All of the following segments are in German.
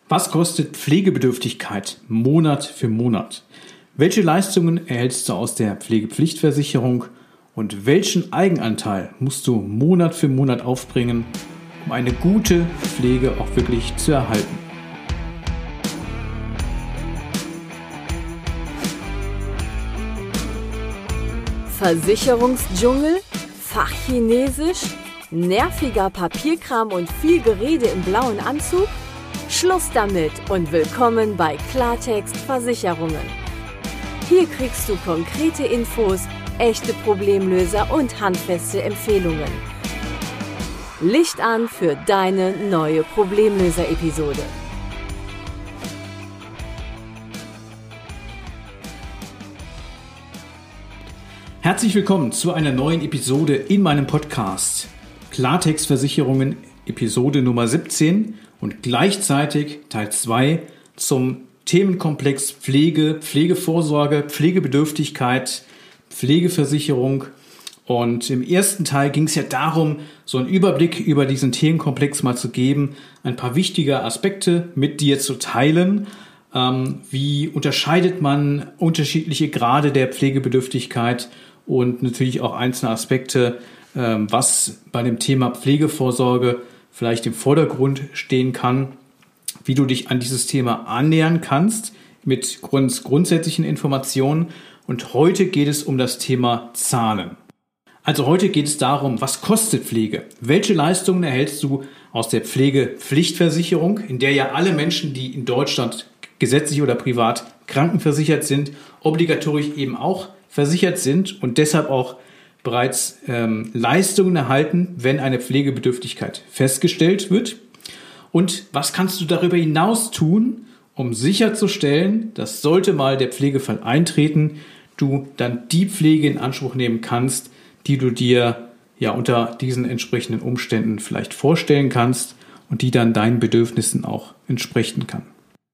Was kostet Pflegebedürftigkeit Monat für Monat? Welche Leistungen erhältst du aus der Pflegepflichtversicherung und welchen Eigenanteil musst du Monat für Monat aufbringen, um eine gute Pflege auch wirklich zu erhalten? Versicherungsdschungel, Fachchinesisch, nerviger Papierkram und viel Gerede im blauen Anzug? Schluss damit und willkommen bei Klartext Versicherungen. Hier kriegst du konkrete Infos, echte Problemlöser und handfeste Empfehlungen. Licht an für deine neue Problemlöser-Episode. Herzlich willkommen zu einer neuen Episode in meinem Podcast Klartext Versicherungen, Episode Nummer 17 und gleichzeitig Teil 2 zum Themenkomplex Pflege, Pflegevorsorge, Pflegebedürftigkeit, Pflegeversicherung. Und im ersten Teil ging es ja darum, so einen Überblick über diesen Themenkomplex mal zu geben, ein paar wichtige Aspekte mit dir zu teilen. Wie unterscheidet man unterschiedliche Grade der Pflegebedürftigkeit und natürlich auch einzelne Aspekte, was bei dem Thema Pflegevorsorge vielleicht im Vordergrund stehen kann, wie du dich an dieses Thema annähern kannst mit grundsätzlichen Informationen. Und heute geht es um das Thema Zahlen. Also heute geht es darum, was kostet Pflege? Welche Leistungen erhältst du aus der Pflegepflichtversicherung, in der ja alle Menschen, die in Deutschland gesetzlich oder privat krankenversichert sind, obligatorisch eben auch versichert sind und deshalb auch bereits Leistungen erhalten, wenn eine Pflegebedürftigkeit festgestellt wird. Und was kannst du darüber hinaus tun, um sicherzustellen, dass sollte mal der Pflegefall eintreten, du dann die Pflege in Anspruch nehmen kannst, die du dir ja unter diesen entsprechenden Umständen vielleicht vorstellen kannst und die dann deinen Bedürfnissen auch entsprechen kann.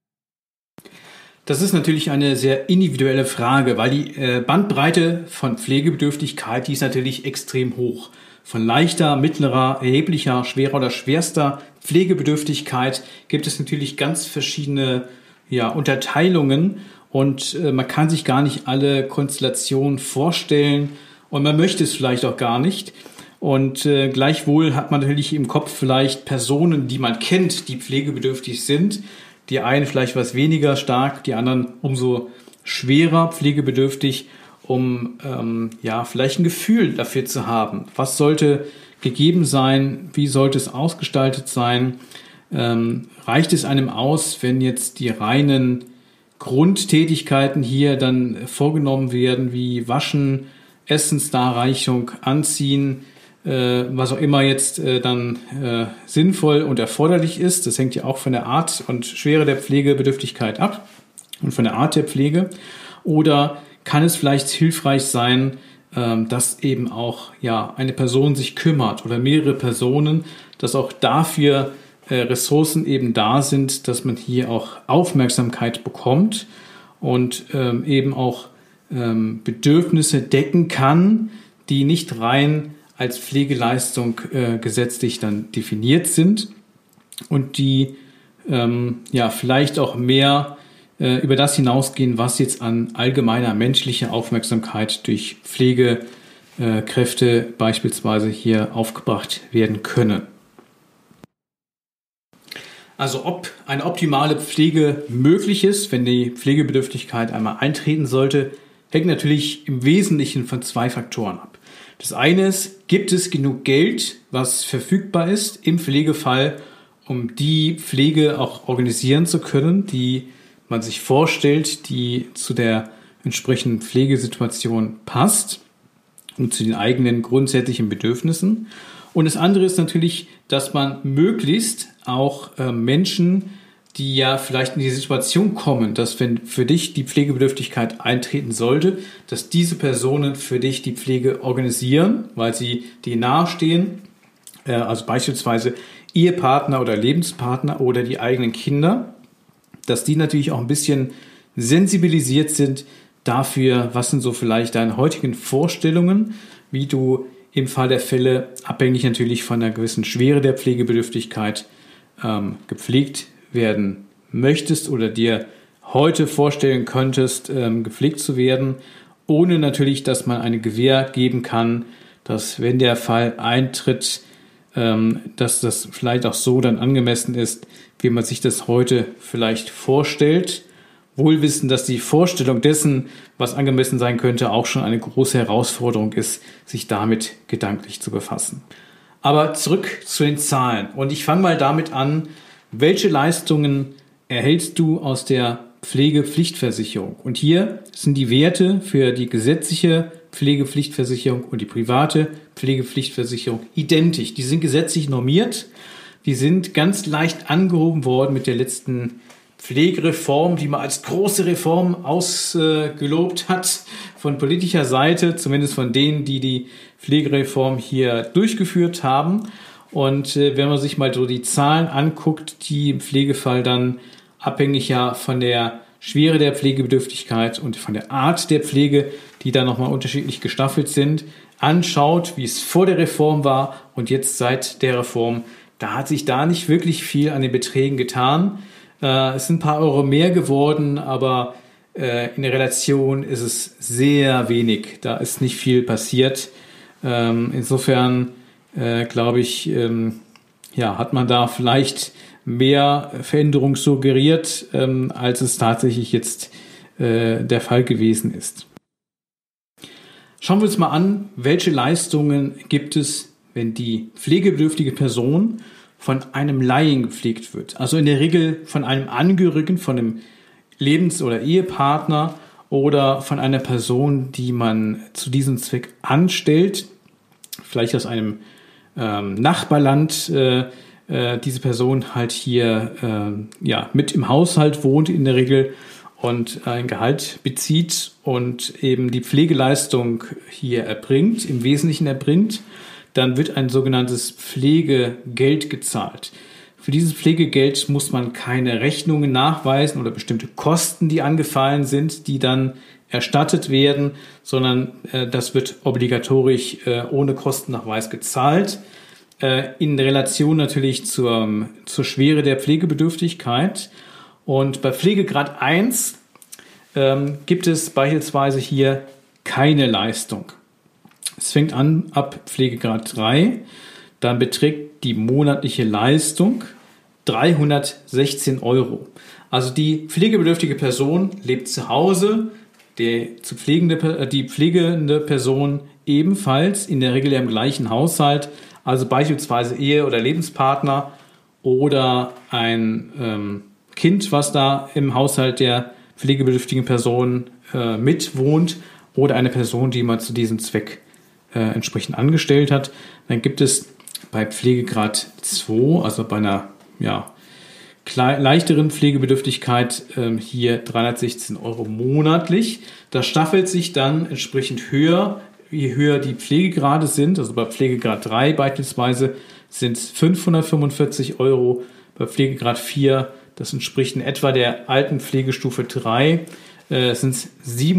Das ist natürlich eine sehr individuelle Frage, weil die Bandbreite von Pflegebedürftigkeit, die ist natürlich extrem hoch. Von leichter, mittlerer, erheblicher, schwerer oder schwerster Pflegebedürftigkeit gibt es natürlich ganz verschiedene Unterteilungen und man kann sich gar nicht alle Konstellationen vorstellen und man möchte es vielleicht auch gar nicht. Und gleichwohl hat man natürlich im Kopf vielleicht Personen, die man kennt, die pflegebedürftig sind. Die einen vielleicht was weniger stark, die anderen umso schwerer pflegebedürftig, um vielleicht ein Gefühl dafür zu haben. Was sollte gegeben sein? Wie sollte es ausgestaltet sein? Reicht es einem aus, wenn jetzt die reinen Grundtätigkeiten hier dann vorgenommen werden, wie Waschen, Essensdarreichung, Anziehen, was auch immer jetzt dann sinnvoll und erforderlich ist. Das hängt ja auch von der Art und Schwere der Pflegebedürftigkeit ab und von der Art der Pflege. Oder kann es vielleicht hilfreich sein, dass eben auch eine Person sich kümmert oder mehrere Personen, dass auch dafür Ressourcen eben da sind, dass man hier auch Aufmerksamkeit bekommt und eben auch Bedürfnisse decken kann, die nicht rein als Pflegeleistung gesetzlich dann definiert sind und die vielleicht auch mehr über das hinausgehen, was jetzt an allgemeiner menschlicher Aufmerksamkeit durch Pflegekräfte beispielsweise hier aufgebracht werden können. Also ob eine optimale Pflege möglich ist, wenn die Pflegebedürftigkeit einmal eintreten sollte, hängt natürlich im Wesentlichen von zwei Faktoren ab. Das eine ist, gibt es genug Geld, was verfügbar ist im Pflegefall, um die Pflege auch organisieren zu können, die man sich vorstellt, die zu der entsprechenden Pflegesituation passt und zu den eigenen grundsätzlichen Bedürfnissen. Und das andere ist natürlich, dass man möglichst auch Menschen, die ja vielleicht in die Situation kommen, dass wenn für dich die Pflegebedürftigkeit eintreten sollte, dass diese Personen für dich die Pflege organisieren, weil sie dir nahestehen, also beispielsweise Ehepartner oder Lebenspartner oder die eigenen Kinder, dass die natürlich auch ein bisschen sensibilisiert sind dafür, was sind so vielleicht deine heutigen Vorstellungen, wie du im Fall der Fälle, abhängig natürlich von einer gewissen Schwere der Pflegebedürftigkeit, gepflegt werden möchtest oder dir heute vorstellen könntest, gepflegt zu werden, ohne natürlich, dass man eine Gewähr geben kann, dass wenn der Fall eintritt, dass das vielleicht auch so dann angemessen ist, wie man sich das heute vielleicht vorstellt. Wohl wissen, dass die Vorstellung dessen, was angemessen sein könnte, auch schon eine große Herausforderung ist, sich damit gedanklich zu befassen. Aber zurück zu den Zahlen. Und ich fange mal damit an, welche Leistungen erhältst du aus der Pflegepflichtversicherung? Und hier sind die Werte für die gesetzliche Pflegepflichtversicherung und die private Pflegepflichtversicherung identisch. Die sind gesetzlich normiert. Die sind ganz leicht angehoben worden mit der letzten Pflegereform, die man als große Reform ausgelobt hat von politischer Seite, zumindest von denen, die die Pflegereform hier durchgeführt haben. Und wenn man sich mal so die Zahlen anguckt, die im Pflegefall dann abhängig ja von der Schwere der Pflegebedürftigkeit und von der Art der Pflege, die da nochmal unterschiedlich gestaffelt sind, anschaut, wie es vor der Reform war und jetzt seit der Reform, da hat sich da nicht wirklich viel an den Beträgen getan. Es sind ein paar Euro mehr geworden, aber in der Relation ist es sehr wenig. Da ist nicht viel passiert. Insofern glaube ich, hat man da vielleicht mehr Veränderung suggeriert, als es tatsächlich jetzt der Fall gewesen ist. Schauen wir uns mal an, welche Leistungen gibt es, wenn die pflegebedürftige Person von einem Laien gepflegt wird. Also in der Regel von einem Angehörigen, von einem Lebens- oder Ehepartner oder von einer Person, die man zu diesem Zweck anstellt, vielleicht aus einem Nachbarland, diese Person halt hier mit im Haushalt wohnt in der Regel und ein Gehalt bezieht und eben die Pflegeleistung hier erbringt, im Wesentlichen erbringt, dann wird ein sogenanntes Pflegegeld gezahlt. Für dieses Pflegegeld muss man keine Rechnungen nachweisen oder bestimmte Kosten, die angefallen sind, die dann erstattet werden, sondern das wird obligatorisch ohne Kostennachweis gezahlt. In Relation natürlich zur Schwere der Pflegebedürftigkeit. Und bei Pflegegrad 1 gibt es beispielsweise hier keine Leistung. Es fängt an ab Pflegegrad 3, dann beträgt die monatliche Leistung 316 Euro. Also die pflegebedürftige Person lebt zu Hause, die pflegende Person ebenfalls, in der Regel im gleichen Haushalt, also beispielsweise Ehe- oder Lebenspartner oder ein Kind, was da im Haushalt der pflegebedürftigen Person mitwohnt oder eine Person, die man zu diesem Zweck entsprechend angestellt hat. Dann gibt es bei Pflegegrad 2, also bei einer leichteren Pflegebedürftigkeit, hier 316 Euro monatlich. Das staffelt sich dann entsprechend höher, je höher die Pflegegrade sind. Also bei Pflegegrad 3 beispielsweise sind es 545 Euro, bei Pflegegrad 4, das entspricht in etwa der alten Pflegestufe 3, sind es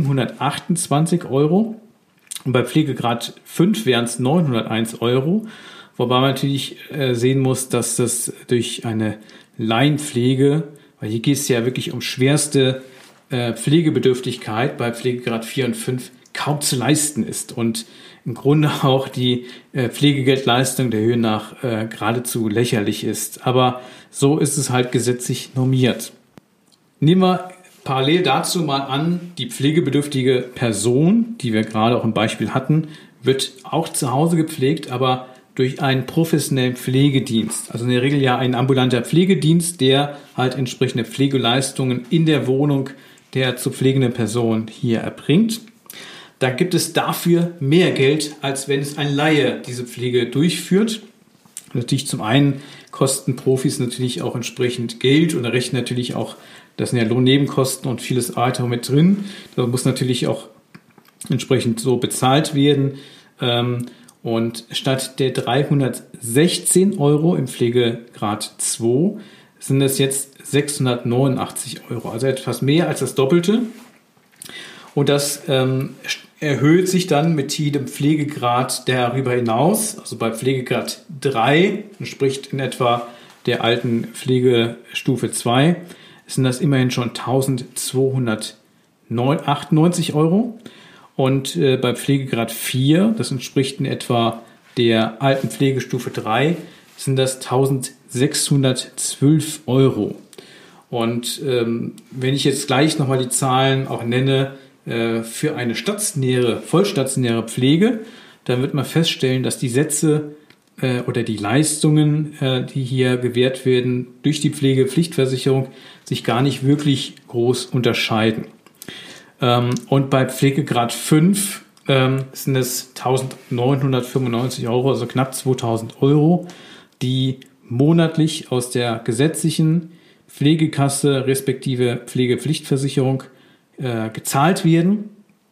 728 Euro. Und bei Pflegegrad 5 wären es 901 Euro, wobei man natürlich sehen muss, dass das durch eine Laienpflege, weil hier geht es ja wirklich um schwerste Pflegebedürftigkeit, bei Pflegegrad 4 und 5 kaum zu leisten ist und im Grunde auch die Pflegegeldleistung der Höhe nach geradezu lächerlich ist. Aber so ist es halt gesetzlich normiert. Nehmen wir parallel dazu mal an, die pflegebedürftige Person, die wir gerade auch im Beispiel hatten, wird auch zu Hause gepflegt, aber durch einen professionellen Pflegedienst. Also in der Regel ja ein ambulanter Pflegedienst, der halt entsprechende Pflegeleistungen in der Wohnung der zu pflegenden Person hier erbringt. Da gibt es dafür mehr Geld, als wenn es ein Laie diese Pflege durchführt. Natürlich zum einen kosten Profis natürlich auch entsprechend Geld und errechnen natürlich auch, das sind ja Lohnnebenkosten und vieles weitere mit drin. Das muss natürlich auch entsprechend so bezahlt werden. Und statt der 316 Euro im Pflegegrad 2 sind es jetzt 689 Euro, also etwas mehr als das Doppelte. Und das erhöht sich dann mit jedem Pflegegrad darüber hinaus. Also bei Pflegegrad 3 entspricht in etwa der alten Pflegestufe 2, sind das immerhin schon 1.298 Euro. Und bei Pflegegrad 4, das entspricht in etwa der alten Pflegestufe 3, sind das 1.612 Euro. Und wenn ich jetzt gleich nochmal die Zahlen auch nenne für eine vollstationäre Pflege, dann wird man feststellen, dass die Sätze oder die Leistungen, die hier gewährt werden durch die Pflegepflichtversicherung, sich gar nicht wirklich groß unterscheiden. Und bei Pflegegrad 5 sind es 1.995 Euro, also knapp 2.000 Euro, die monatlich aus der gesetzlichen Pflegekasse respektive Pflegepflichtversicherung gezahlt werden.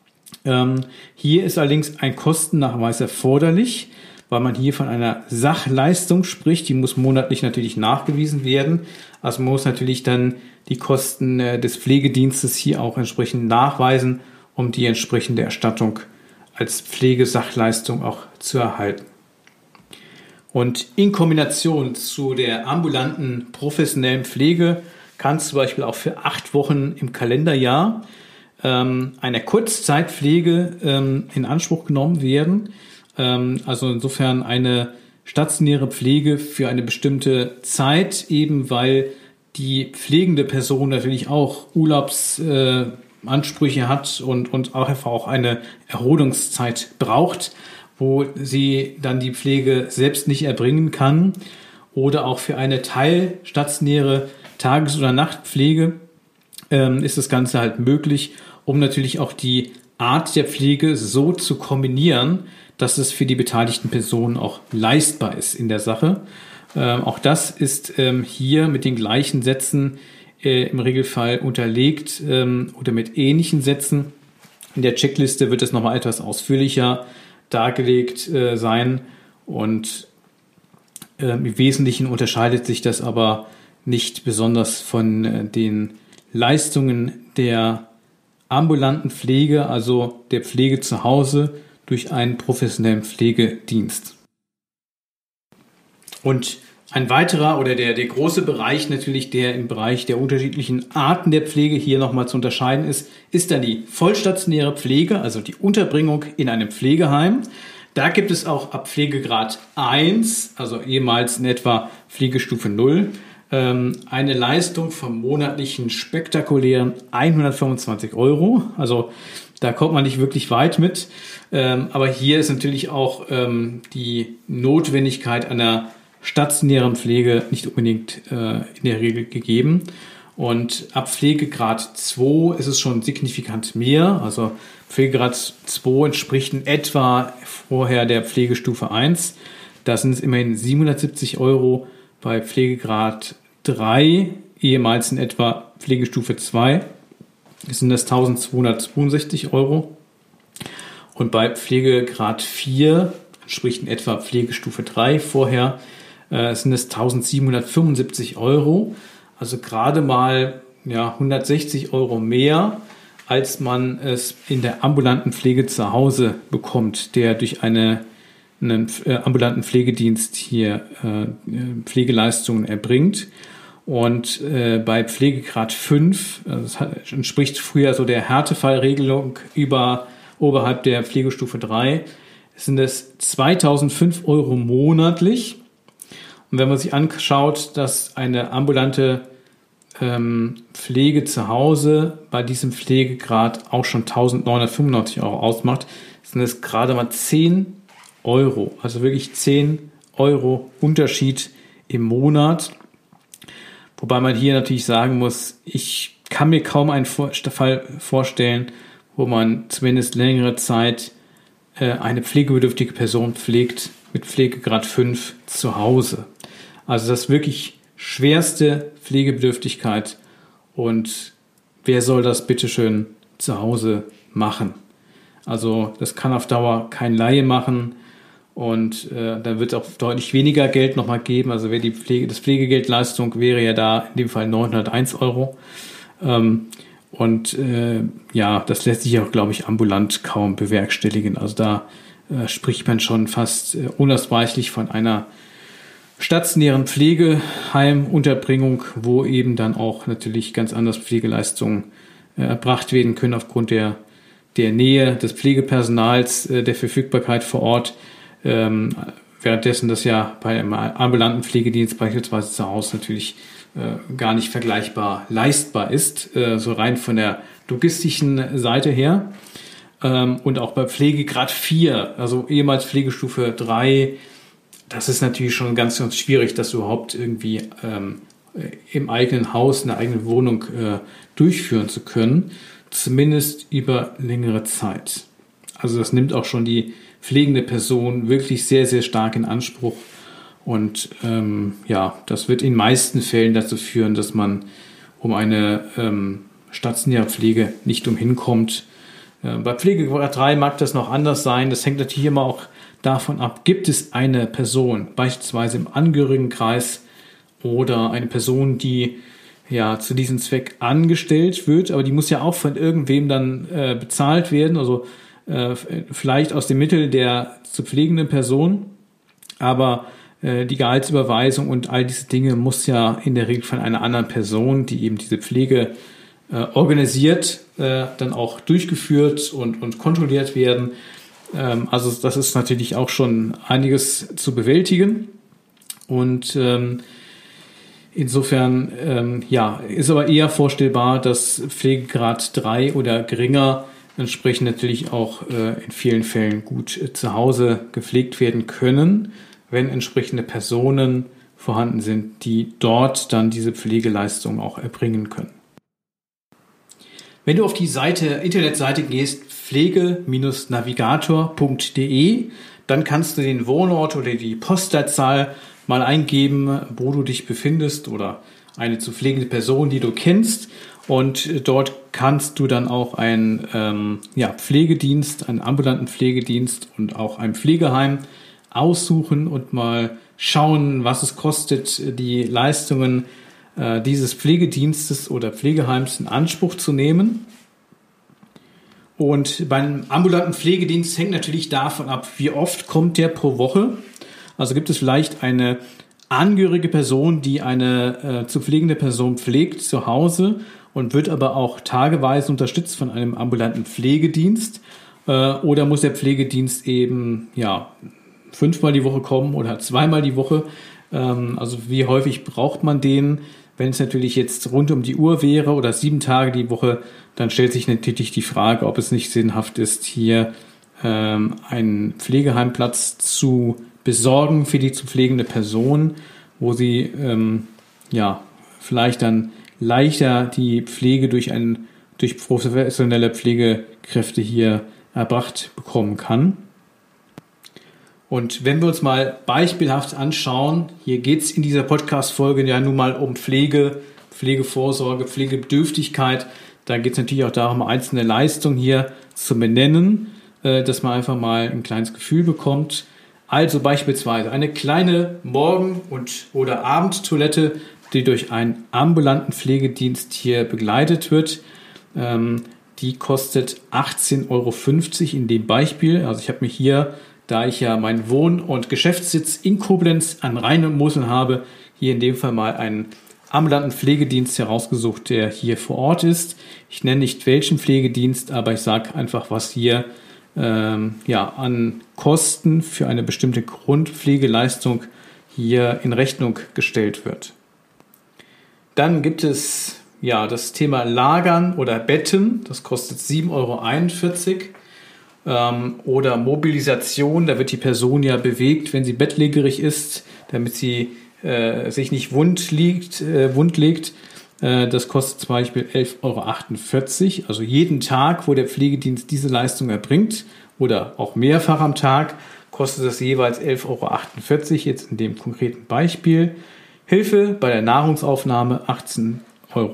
Hier ist allerdings ein Kostennachweis erforderlich, weil man hier von einer Sachleistung spricht. Die muss monatlich natürlich nachgewiesen werden. Also man muss natürlich dann die Kosten des Pflegedienstes hier auch entsprechend nachweisen, um die entsprechende Erstattung als Pflegesachleistung auch zu erhalten. Und in Kombination zu der ambulanten professionellen Pflege kann zum Beispiel auch für 8 Wochen im Kalenderjahr eine Kurzzeitpflege in Anspruch genommen werden. Also insofern eine stationäre Pflege für eine bestimmte Zeit, eben weil die pflegende Person natürlich auch Urlaubsansprüche hat und auch einfach auch eine Erholungszeit braucht, wo sie dann die Pflege selbst nicht erbringen kann, oder auch für eine teilstationäre Tages- oder Nachtpflege ist das Ganze halt möglich, um natürlich auch die Art der Pflege so zu kombinieren, dass es für die beteiligten Personen auch leistbar ist in der Sache. Auch das ist hier mit den gleichen Sätzen im Regelfall unterlegt oder mit ähnlichen Sätzen. In der Checkliste wird es nochmal etwas ausführlicher dargelegt sein, und im Wesentlichen unterscheidet sich das aber nicht besonders von den Leistungen der ambulanten Pflege, also der Pflege zu Hause durch einen professionellen Pflegedienst. Und ein weiterer oder der große Bereich natürlich, der im Bereich der unterschiedlichen Arten der Pflege hier nochmal zu unterscheiden ist dann die vollstationäre Pflege, also die Unterbringung in einem Pflegeheim. Da gibt es auch ab Pflegegrad 1, also ehemals in etwa Pflegestufe 0, eine Leistung vom monatlichen spektakulären 125 Euro. Also da kommt man nicht wirklich weit mit. Aber hier ist natürlich auch die Notwendigkeit einer stationären Pflege nicht unbedingt in der Regel gegeben. Und ab Pflegegrad 2 ist es schon signifikant mehr. Also Pflegegrad 2 entspricht in etwa vorher der Pflegestufe 1. Da sind es immerhin 770 Euro. Bei Pflegegrad 3, ehemals in etwa Pflegestufe 2, sind das 1262 Euro. Und bei Pflegegrad 4, entspricht in etwa Pflegestufe 3 vorher, sind es 1775 Euro. Also gerade mal 160 Euro mehr, als man es in der ambulanten Pflege zu Hause bekommt, der durch einen ambulanten Pflegedienst hier Pflegeleistungen erbringt. Und bei Pflegegrad 5, das entspricht früher so der Härtefallregelung oberhalb der Pflegestufe 3, sind es 2005 Euro monatlich. Und wenn man sich anschaut, dass eine ambulante Pflege zu Hause bei diesem Pflegegrad auch schon 1995 Euro ausmacht, sind es gerade mal 10 Euro. Also wirklich 10 Euro Unterschied im Monat. Wobei man hier natürlich sagen muss, ich kann mir kaum einen Fall vorstellen, wo man zumindest längere Zeit eine pflegebedürftige Person pflegt mit Pflegegrad 5 zu Hause. Also das ist wirklich schwerste Pflegebedürftigkeit, und wer soll das bitteschön zu Hause machen? Also das kann auf Dauer kein Laie machen, und da wird es auch deutlich weniger Geld nochmal geben. Also das Pflegegeldleistung wäre ja da in dem Fall 901 Euro. Das lässt sich auch, glaube ich, ambulant kaum bewerkstelligen. Also da spricht man schon fast unausweichlich von einer stationären Pflegeheimunterbringung, wo eben dann auch natürlich ganz anders Pflegeleistungen erbracht werden können aufgrund der Nähe des Pflegepersonals, der Verfügbarkeit vor Ort, währenddessen das ja bei einem ambulanten Pflegedienst beispielsweise zu Hause natürlich gar nicht vergleichbar leistbar ist, so rein von der logistischen Seite her. Und auch bei Pflegegrad 4, also ehemals Pflegestufe 3, das ist natürlich schon ganz, ganz schwierig, das überhaupt irgendwie im eigenen Haus, in der eigenen Wohnung durchführen zu können, zumindest über längere Zeit. Also das nimmt auch schon die pflegende Person wirklich sehr, sehr stark in Anspruch. Und das wird in den meisten Fällen dazu führen, dass man um eine stationäre Pflege nicht umhin kommt. Bei Pflegegrad 3 mag das noch anders sein. Das hängt natürlich immer auch davon ab, gibt es eine Person, beispielsweise im Angehörigenkreis oder eine Person, die ja zu diesem Zweck angestellt wird, aber die muss ja auch von irgendwem dann bezahlt werden, also vielleicht aus dem Mittel der zu pflegenden Person, aber die Gehaltsüberweisung und all diese Dinge muss ja in der Regel von einer anderen Person, die eben diese Pflege organisiert, dann auch durchgeführt und kontrolliert werden. Also das ist natürlich auch schon einiges zu bewältigen und insofern ist aber eher vorstellbar, dass Pflegegrad 3 oder geringer entsprechend natürlich auch in vielen Fällen gut zu Hause gepflegt werden können, wenn entsprechende Personen vorhanden sind, die dort dann diese Pflegeleistung auch erbringen können. Wenn du auf die Internetseite gehst, pflege-navigator.de, dann kannst du den Wohnort oder die Postleitzahl mal eingeben, wo du dich befindest oder eine zu pflegende Person, die du kennst. Und dort kannst du dann auch einen Pflegedienst, einen ambulanten Pflegedienst und auch ein Pflegeheim aussuchen und mal schauen, was es kostet, die Leistungen dieses Pflegedienstes oder Pflegeheims in Anspruch zu nehmen. Und beim ambulanten Pflegedienst hängt natürlich davon ab, wie oft kommt der pro Woche. Also gibt es vielleicht eine angehörige Person, die eine zu pflegende Person pflegt zu Hause und wird aber auch tageweise unterstützt von einem ambulanten Pflegedienst. Oder muss der Pflegedienst eben 5-mal die Woche kommen oder 2-mal die Woche. Also wie häufig braucht man den? Wenn es natürlich jetzt rund um die Uhr wäre oder 7 Tage die Woche, dann stellt sich natürlich die Frage, ob es nicht sinnhaft ist, hier einen Pflegeheimplatz zu besorgen für die zu pflegende Person, wo sie vielleicht dann leichter die Pflege durch professionelle Pflegekräfte hier erbracht bekommen kann. Und wenn wir uns mal beispielhaft anschauen, hier geht es in dieser Podcast-Folge ja nun mal um Pflege, Pflegevorsorge, Pflegebedürftigkeit. Da geht es natürlich auch darum, einzelne Leistungen hier zu benennen, dass man einfach mal ein kleines Gefühl bekommt. Also beispielsweise eine kleine Morgen- oder Abendtoilette, die durch einen ambulanten Pflegedienst hier begleitet wird. Die kostet 18,50 Euro in dem Beispiel. Also ich habe mir hier, da ich ja meinen Wohn- und Geschäftssitz in Koblenz an Rhein und Mosel habe, hier in dem Fall mal einen ambulanten Pflegedienst herausgesucht, der hier vor Ort ist. Ich nenne nicht welchen Pflegedienst, aber ich sage einfach, was hier an Kosten für eine bestimmte Grundpflegeleistung hier in Rechnung gestellt wird. Dann gibt es das Thema Lagern oder Betten, das kostet 7,41 Euro. Oder Mobilisation, da wird die Person ja bewegt, wenn sie bettlägerig ist, damit sie sich nicht wund legt. Das kostet zum Beispiel 11,48 Euro. Also jeden Tag, wo der Pflegedienst diese Leistung erbringt oder auch mehrfach am Tag, kostet das jeweils 11,48 Euro, jetzt in dem konkreten Beispiel. Hilfe bei der Nahrungsaufnahme 18,50 Euro.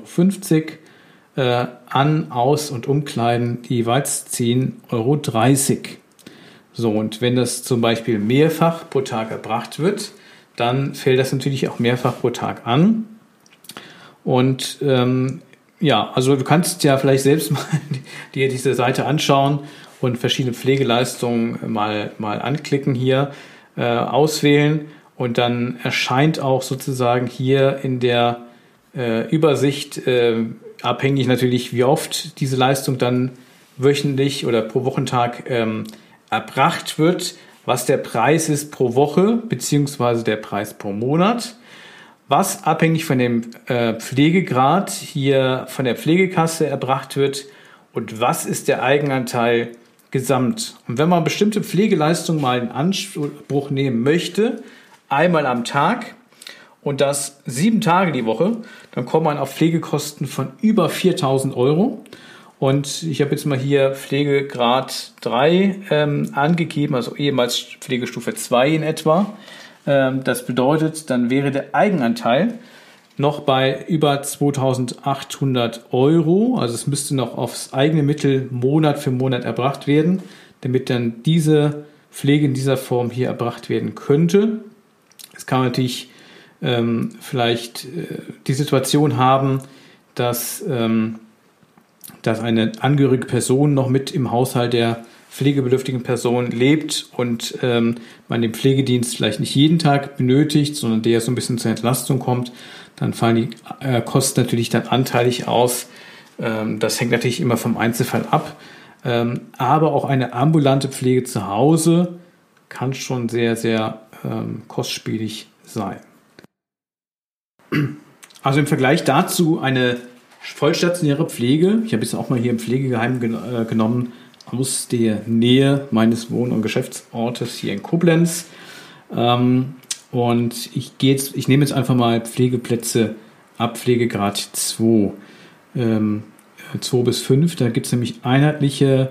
An-, Aus- und Umkleiden jeweils 10,30 Euro. So, und wenn das zum Beispiel mehrfach pro Tag erbracht wird, dann fällt das natürlich auch mehrfach pro Tag an. Und also du kannst ja vielleicht selbst mal dir diese Seite anschauen und verschiedene Pflegeleistungen mal anklicken hier, auswählen Und dann erscheint auch sozusagen hier in der Übersicht, abhängig natürlich, wie oft diese Leistung dann wöchentlich oder pro Wochentag erbracht wird, was der Preis ist pro Woche beziehungsweise der Preis pro Monat, was abhängig von dem Pflegegrad hier von der Pflegekasse erbracht wird und was ist der Eigenanteil gesamt. Und wenn man bestimmte Pflegeleistungen mal in Anspruch nehmen möchte, einmal am Tag und das 7 Tage die Woche, dann kommt man auf Pflegekosten von über 4.000 Euro. Und ich habe jetzt mal hier Pflegegrad 3 angegeben, also ehemals Pflegestufe 2 in etwa. Das bedeutet, dann wäre der Eigenanteil noch bei über 2.800 Euro. Also es müsste noch aufs eigene Mittel Monat für Monat erbracht werden, damit dann diese Pflege in dieser Form hier erbracht werden könnte. Es kann man natürlich vielleicht die Situation haben, dass eine angehörige Person noch mit im Haushalt der pflegebedürftigen Person lebt und man den Pflegedienst vielleicht nicht jeden Tag benötigt, sondern der so ein bisschen zur Entlastung kommt, dann fallen die Kosten natürlich dann anteilig aus. Das hängt natürlich immer vom Einzelfall ab. Aber auch eine ambulante Pflege zu Hause kann schon sehr, sehr kostspielig sein. Also im Vergleich dazu eine vollstationäre Pflege. Ich habe jetzt auch mal hier im Pflegeheim genommen aus der Nähe meines Wohn- und Geschäftsortes hier in Koblenz. Und ich nehme jetzt einfach mal Pflegeplätze ab Pflegegrad 2, 2 bis 5. Da gibt es nämlich einheitliche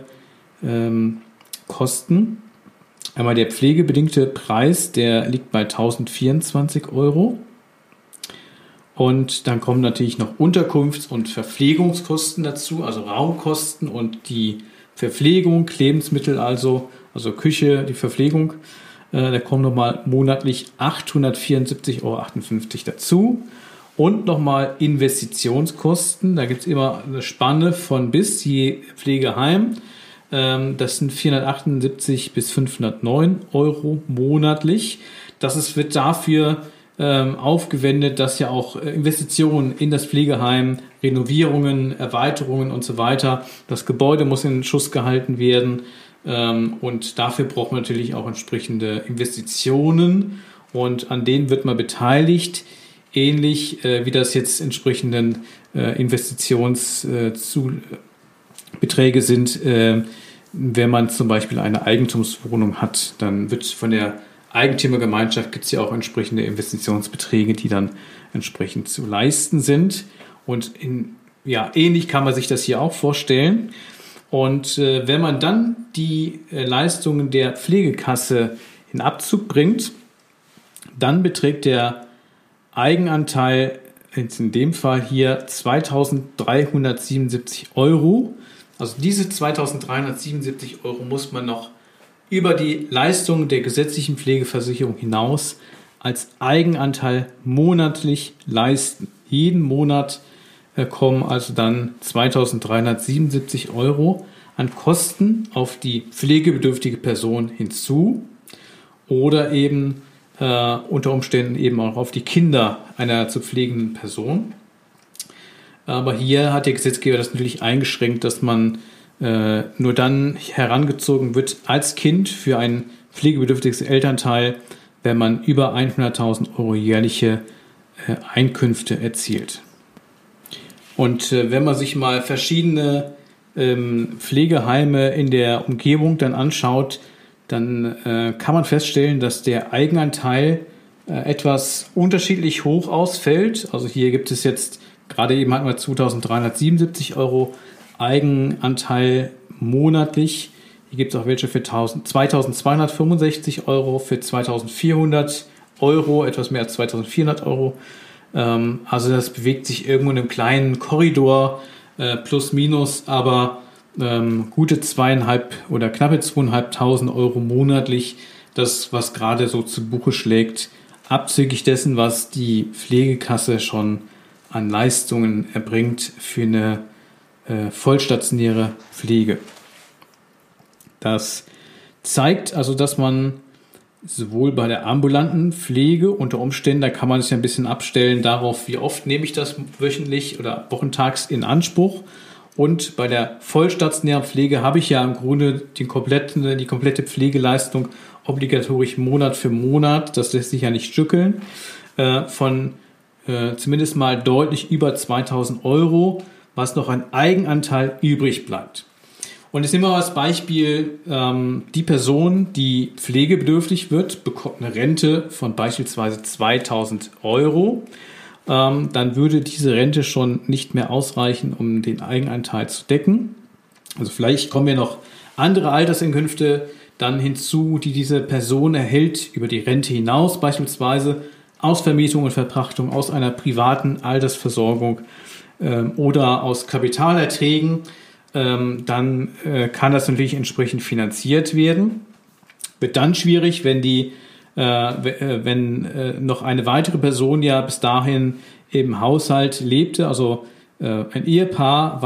Kosten. Einmal der pflegebedingte Preis, der liegt bei 1.024 Euro. Und dann kommen natürlich noch Unterkunfts- und Verpflegungskosten dazu, also Raumkosten und die Verpflegung, Lebensmittel also Küche, die Verpflegung. Da kommen nochmal monatlich 874,58 Euro dazu. Und nochmal Investitionskosten. Da gibt es immer eine Spanne von bis je Pflegeheim. Das sind 478 bis 509 Euro monatlich. Wird dafür aufgewendet, dass ja auch Investitionen in das Pflegeheim, Renovierungen, Erweiterungen und so weiter, das Gebäude muss in Schuss gehalten werden und dafür braucht man natürlich auch entsprechende Investitionen und an denen wird man beteiligt, ähnlich wie das jetzt entsprechenden Investitionsbeträge sind, wenn man zum Beispiel eine Eigentumswohnung hat, dann wird von der Eigentümergemeinschaft gibt es ja auch entsprechende Investitionsbeträge, die dann entsprechend zu leisten sind. Und ähnlich kann man sich das hier auch vorstellen. Und wenn man dann die Leistungen der Pflegekasse in Abzug bringt, dann beträgt der Eigenanteil jetzt in dem Fall hier 2.377 Euro. Also diese 2.377 Euro muss man noch über die Leistung der gesetzlichen Pflegeversicherung hinaus als Eigenanteil monatlich leisten. Jeden Monat kommen also dann 2.377 Euro an Kosten auf die pflegebedürftige Person hinzu oder eben unter Umständen eben auch auf die Kinder einer zu pflegenden Person. Aber hier hat der Gesetzgeber das natürlich eingeschränkt, dass man nur dann herangezogen wird als Kind für ein pflegebedürftiges Elternteil, wenn man über 100.000 Euro jährliche Einkünfte erzielt. Und wenn man sich mal verschiedene Pflegeheime in der Umgebung dann anschaut, dann kann man feststellen, dass der Eigenanteil etwas unterschiedlich hoch ausfällt. Also hier gibt es jetzt, gerade eben hatten wir 2.377 Euro Eigenanteil monatlich. Hier gibt es auch welche für 2.265 Euro, für 2.400 Euro, etwas mehr als 2.400 Euro. Also das bewegt sich irgendwo in einem kleinen Korridor, plus minus, aber gute 2.500 oder knappe 2.500 Euro monatlich, das was gerade so zu Buche schlägt, abzüglich dessen, was die Pflegekasse schon an Leistungen erbringt für eine vollstationäre Pflege. Das zeigt also, dass man sowohl bei der ambulanten Pflege unter Umständen, da kann man es ja ein bisschen abstellen darauf, wie oft nehme ich das wöchentlich oder wochentags in Anspruch. Und bei der vollstationären Pflege habe ich ja im Grunde die komplette Pflegeleistung obligatorisch Monat für Monat, das lässt sich ja nicht stückeln, von zumindest mal deutlich über 2.000 €, was noch ein Eigenanteil übrig bleibt. Und jetzt nehmen wir mal als Beispiel, die Person, die pflegebedürftig wird, bekommt eine Rente von beispielsweise 2.000 €. Dann würde diese Rente schon nicht mehr ausreichen, um den Eigenanteil zu decken. Also vielleicht kommen ja noch andere Alterseinkünfte dann hinzu, die diese Person erhält über die Rente hinaus, beispielsweise aus Vermietung und Verpachtung, aus einer privaten Altersversorgung oder aus Kapitalerträgen. Dann kann das natürlich entsprechend finanziert werden. Wird dann schwierig, wenn noch eine weitere Person ja bis dahin im Haushalt lebte, also ein Ehepaar,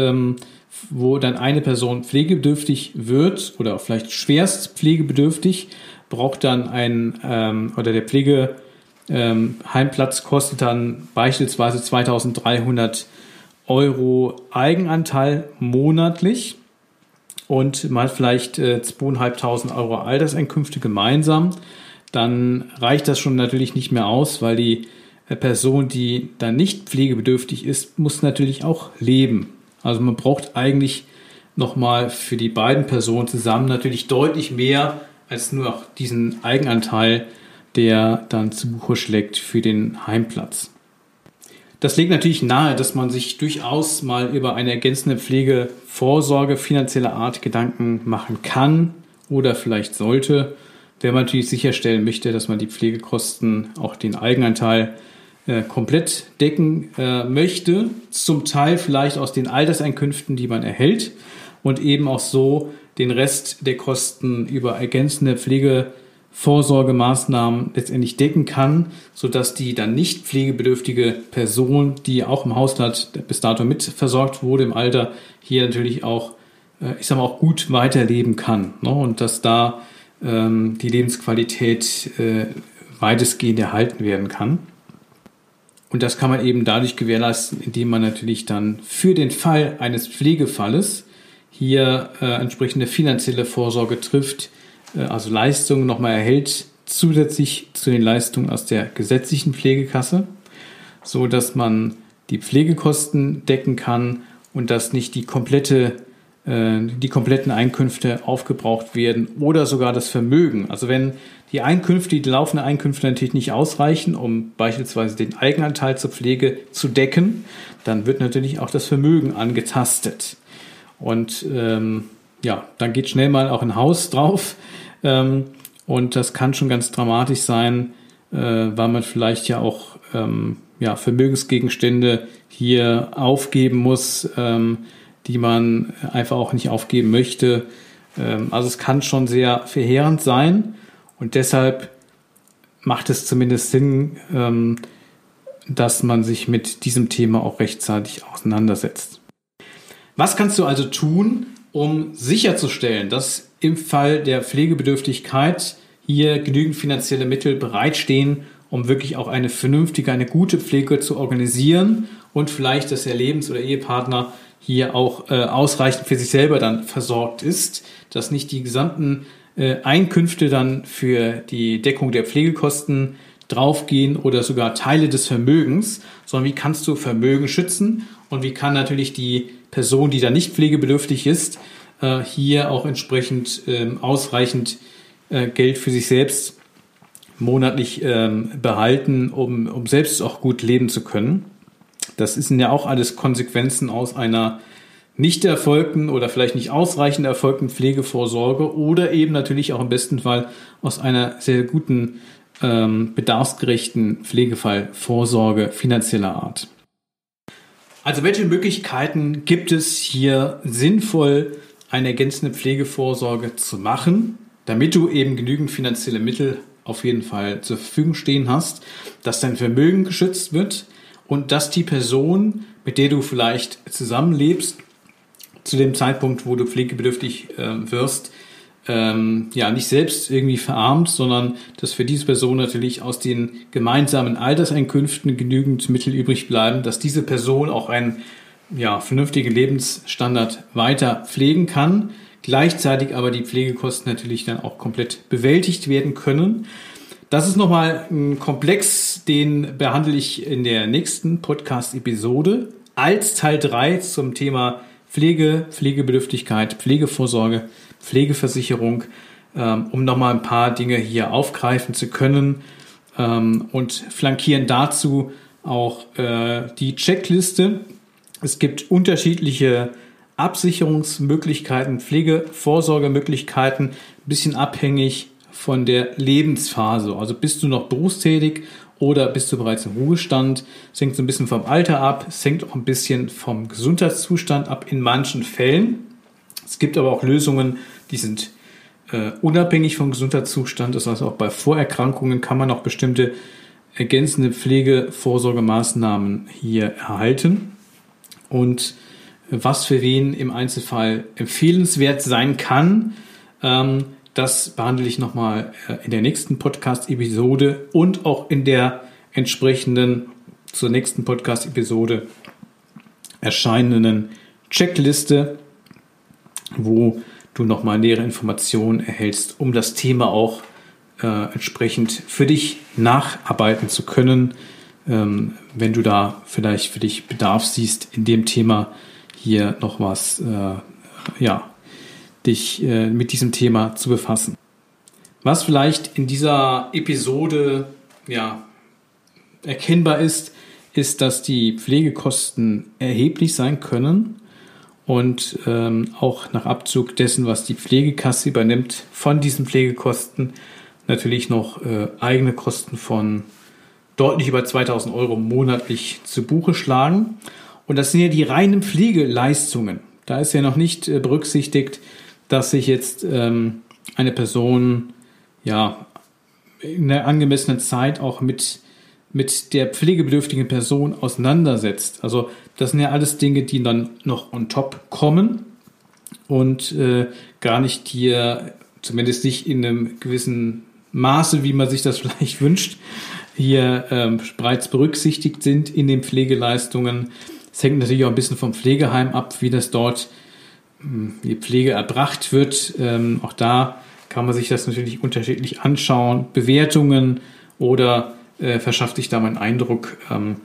wo dann eine Person pflegebedürftig wird oder vielleicht schwerst pflegebedürftig, braucht dann oder der Pflegeheimplatz kostet dann beispielsweise 2.300 € Eigenanteil monatlich und mal vielleicht 2.500 € Alterseinkünfte gemeinsam, dann reicht das schon natürlich nicht mehr aus, weil die Person, die dann nicht pflegebedürftig ist, muss natürlich auch leben. Also man braucht eigentlich nochmal für die beiden Personen zusammen natürlich deutlich mehr als nur auch diesen Eigenanteil, der dann zu Buche schlägt für den Heimplatz. Das legt natürlich nahe, dass man sich durchaus mal über eine ergänzende Pflegevorsorge finanzieller Art Gedanken machen kann oder vielleicht sollte, wenn man natürlich sicherstellen möchte, dass man die Pflegekosten, auch den Eigenanteil, komplett decken möchte, zum Teil vielleicht aus den Alterseinkünften, die man erhält und eben auch so den Rest der Kosten über ergänzende Pflegevorsorgemaßnahmen letztendlich decken kann, sodass die dann nicht pflegebedürftige Person, die auch im Haushalt bis dato mit versorgt wurde im Alter, hier natürlich auch, auch gut weiterleben kann, ne? Und dass da die Lebensqualität weitestgehend erhalten werden kann. Und das kann man eben dadurch gewährleisten, indem man natürlich dann für den Fall eines Pflegefalles hier entsprechende finanzielle Vorsorge trifft, also Leistungen nochmal erhält, zusätzlich zu den Leistungen aus der gesetzlichen Pflegekasse, so dass man die Pflegekosten decken kann und dass nicht die kompletten Einkünfte aufgebraucht werden oder sogar das Vermögen. Also wenn die laufenden Einkünfte natürlich nicht ausreichen, um beispielsweise den Eigenanteil zur Pflege zu decken, dann wird natürlich auch das Vermögen angetastet. Und dann geht schnell mal auch ein Haus drauf. Und das kann schon ganz dramatisch sein, weil man vielleicht ja auch Vermögensgegenstände hier aufgeben muss, die man einfach auch nicht aufgeben möchte. Also es kann schon sehr verheerend sein und deshalb macht es zumindest Sinn, dass man sich mit diesem Thema auch rechtzeitig auseinandersetzt. Was kannst du also tun, um sicherzustellen, dass im Fall der Pflegebedürftigkeit hier genügend finanzielle Mittel bereitstehen, um wirklich auch eine vernünftige, eine gute Pflege zu organisieren und vielleicht, dass der Lebens- oder Ehepartner hier auch ausreichend für sich selber dann versorgt ist, dass nicht die gesamten Einkünfte dann für die Deckung der Pflegekosten draufgehen oder sogar Teile des Vermögens, sondern wie kannst du Vermögen schützen und wie kann natürlich die Person, die da nicht pflegebedürftig ist, hier auch entsprechend ausreichend Geld für sich selbst monatlich behalten, um selbst auch gut leben zu können. Das sind ja auch alles Konsequenzen aus einer nicht erfolgten oder vielleicht nicht ausreichend erfolgten Pflegevorsorge oder eben natürlich auch im besten Fall aus einer sehr guten, bedarfsgerechten Pflegefallvorsorge finanzieller Art. Also welche Möglichkeiten gibt es hier sinnvoll eine ergänzende Pflegevorsorge zu machen, damit du eben genügend finanzielle Mittel auf jeden Fall zur Verfügung stehen hast, dass dein Vermögen geschützt wird und dass die Person, mit der du vielleicht zusammenlebst, zu dem Zeitpunkt, wo du pflegebedürftig wirst, nicht selbst irgendwie verarmt, sondern dass für diese Person natürlich aus den gemeinsamen Alterseinkünften genügend Mittel übrig bleiben, dass diese Person auch einen vernünftigen Lebensstandard weiter pflegen kann, gleichzeitig aber die Pflegekosten natürlich dann auch komplett bewältigt werden können. Das ist nochmal ein Komplex, den behandle ich in der nächsten Podcast-Episode als Teil 3 zum Thema Pflege, Pflegebedürftigkeit, Pflegevorsorge, Pflegeversicherung, um nochmal ein paar Dinge hier aufgreifen zu können und flankieren dazu auch die Checkliste. Es gibt unterschiedliche Absicherungsmöglichkeiten, Pflegevorsorgemöglichkeiten, ein bisschen abhängig von der Lebensphase. Also bist du noch berufstätig oder bist du bereits im Ruhestand? Es hängt so ein bisschen vom Alter ab, es hängt auch ein bisschen vom Gesundheitszustand ab in manchen Fällen. Es gibt aber auch Lösungen, die sind unabhängig vom Gesundheitszustand. Das heißt, auch bei Vorerkrankungen kann man auch bestimmte ergänzende Pflegevorsorgemaßnahmen hier erhalten. Und was für wen im Einzelfall empfehlenswert sein kann, das behandle ich nochmal in der nächsten Podcast-Episode und auch in der entsprechenden zur nächsten Podcast-Episode erscheinenden Checkliste, wo du nochmal nähere Informationen erhältst, um das Thema auch entsprechend für dich nacharbeiten zu können, wenn du da vielleicht für dich Bedarf siehst, in dem Thema hier noch was, dich mit diesem Thema zu befassen. Was vielleicht in dieser Episode erkennbar ist, dass die Pflegekosten erheblich sein können und auch nach Abzug dessen, was die Pflegekasse übernimmt, von diesen Pflegekosten natürlich noch eigene Kosten von deutlich über 2.000 Euro monatlich zu Buche schlagen. Und das sind ja die reinen Pflegeleistungen. Da ist ja noch nicht berücksichtigt, dass sich jetzt eine Person in der angemessenen Zeit auch mit der pflegebedürftigen Person auseinandersetzt. Also das sind ja alles Dinge, die dann noch on top kommen und gar nicht hier, zumindest nicht in einem gewissen Maße, wie man sich das vielleicht wünscht, hier bereits berücksichtigt sind in den Pflegeleistungen. Es hängt natürlich auch ein bisschen vom Pflegeheim ab, wie das dort die Pflege erbracht wird. Auch da kann man sich das natürlich unterschiedlich anschauen. Bewertungen oder verschafft sich da mal einen Eindruck.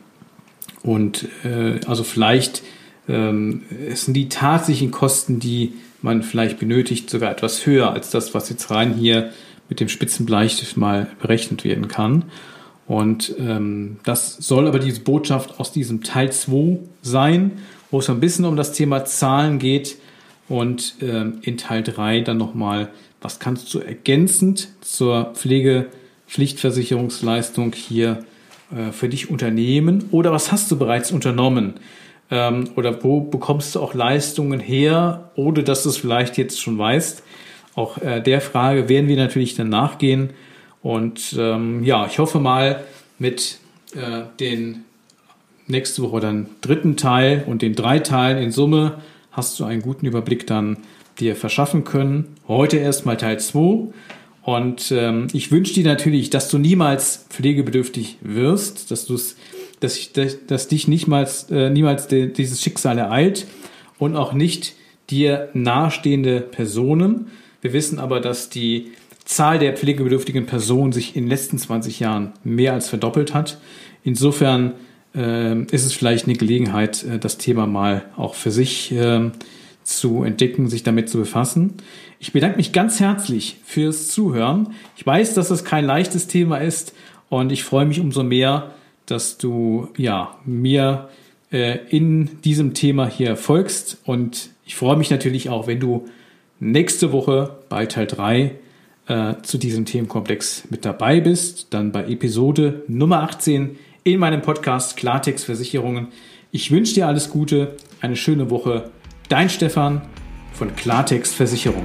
Also vielleicht sind die tatsächlichen Kosten, die man vielleicht benötigt, sogar etwas höher als das, was jetzt rein hier mit dem Spitzenbleistift mal berechnet werden kann. Und das soll aber diese Botschaft aus diesem Teil 2 sein, wo es ein bisschen um das Thema Zahlen geht. Und in Teil 3 dann nochmal, was kannst du ergänzend zur Pflegepflichtversicherungsleistung hier für dich unternehmen? Oder was hast du bereits unternommen? Oder wo bekommst du auch Leistungen her, ohne dass du es vielleicht jetzt schon weißt? Auch der Frage werden wir natürlich dann nachgehen. Und ich hoffe mal, mit den nächste Woche dann 3. Teil und den 3 Teilen in Summe hast du einen guten Überblick dann dir verschaffen können. Heute erstmal Teil 2. Und ich wünsche dir natürlich, dass du niemals pflegebedürftig wirst, dass dich niemals dieses Schicksal ereilt und auch nicht dir nahestehende Personen. Wir wissen aber, dass die Zahl der pflegebedürftigen Personen sich in den letzten 20 Jahren mehr als verdoppelt hat. Insofern ist es vielleicht eine Gelegenheit, das Thema mal auch für sich zu entdecken, sich damit zu befassen. Ich bedanke mich ganz herzlich fürs Zuhören. Ich weiß, dass es kein leichtes Thema ist und ich freue mich umso mehr, dass du mir in diesem Thema hier folgst. Und ich freue mich natürlich auch, wenn du nächste Woche bei Teil 3 zu diesem Themenkomplex mit dabei bist, dann bei Episode Nummer 18 in meinem Podcast Klartext Versicherungen. Ich wünsche dir alles Gute, eine schöne Woche. Dein Stefan von Klartext Versicherung.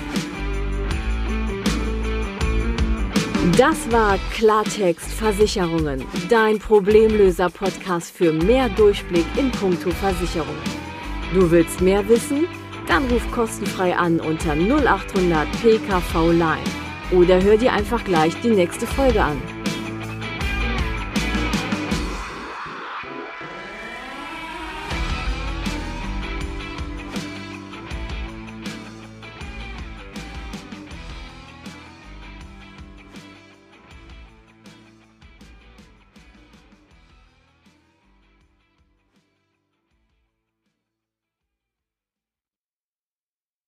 Das war Klartext Versicherungen, dein Problemlöser-Podcast für mehr Durchblick in puncto Versicherung. Du willst mehr wissen? Dann ruf kostenfrei an unter 0800 PKV Line oder hör dir einfach gleich die nächste Folge an.